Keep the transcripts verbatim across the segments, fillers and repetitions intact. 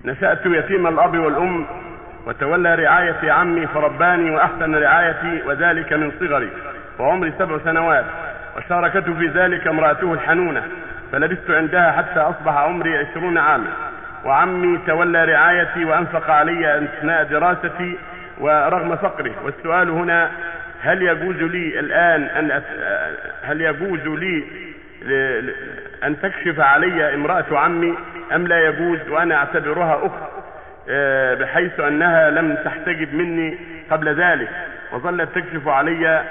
نشأت يتيم الأب والأم، وتولى رعايتي عمي فرباني وأحسن رعايتي، وذلك من صغري وعمري سبع سنوات، وشاركته في ذلك امرأته الحنونة، فلبثت عندها حتى أصبح عمري عشرون عاما. وعمي تولى رعايتي وأنفق علي أثناء دراستي ورغم فقره. والسؤال هنا: هل يجوز لي الآن أن أس... هل يجوز لي أن تكشف علي امرأة عمي أم لا يجوز، وأنا أعتبرها أخت بحيث أنها لم تحتجب مني قبل ذلك وظلت تكشف علي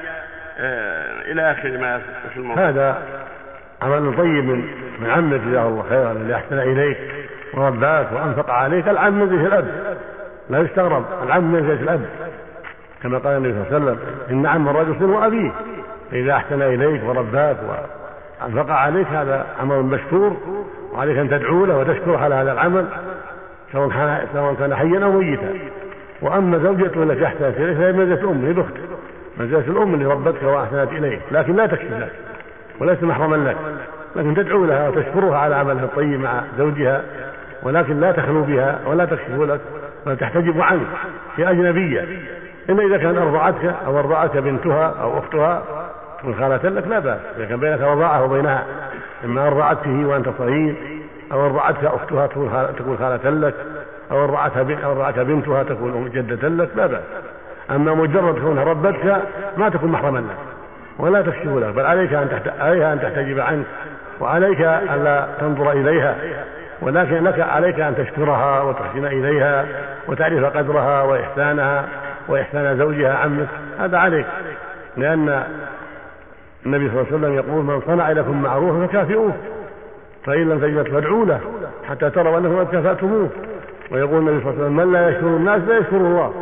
إلى آخر ما في الموضوع؟ هذا عمل طيب من عمك جزاه الله خيرا، اللي أحسن إليك ورباك وأنفق عليك. العم منزلة الأب، لا يستغرب، العم منزلة الأب، كما قال النبي صلى الله عليه وسلم: إن عم الرجل صنو أبيه. إذا أحسن إليك ورباك وأنفق عليك هذا عمل مشكور، وعليك أن تدعو له وتشكر على هذا العمل سواء كان حيا أو ميتا. وأما زوجته التي أحسنت إليك فهي منزلة الأم، هي بأخت منزلة الأم اللي ربتك وأحسنت إليك، لكن لا تكشف لك وليس محرما لك، لكن تدعو لها وتشكرها على عملها الطيب مع زوجها، ولكن لا تخلو بها ولا تكشف لك ولا تحتجب عنك، هي أجنبية. إلا إذا كان أرضعتك أو أرضعتك بنتها أو أختها تكون خالة لك لا بأس، إذا كان بينك رضاعة وبينها، إما أرضعته وأنت صغير أو أرضعتك أختها تكون خالة لك، أو أرضعتها بنتها تكون جدة لك لا بأس. أما مجرد كونها ربتك ما تكون محرما لك ولا تكشف لك، بل عليك أن عليها أن تحتجب عنك، وعليك أن لا تنظر إليها، ولكن لك عليك أن تشكرها وتحسن إليها وتعرف قدرها وإحسانها وإحسان زوجها عمك، هذا عليك. لأن النبي صلى الله عليه وسلم يقول: من صنع لكم معروفا فكافئوه، فإن لم تجدوا فادعوا له حتى تروا أنكم قد كافأتموه. ويقول النبي صلى الله عليه وسلم: من لا يشكر الناس لا يشكر الله.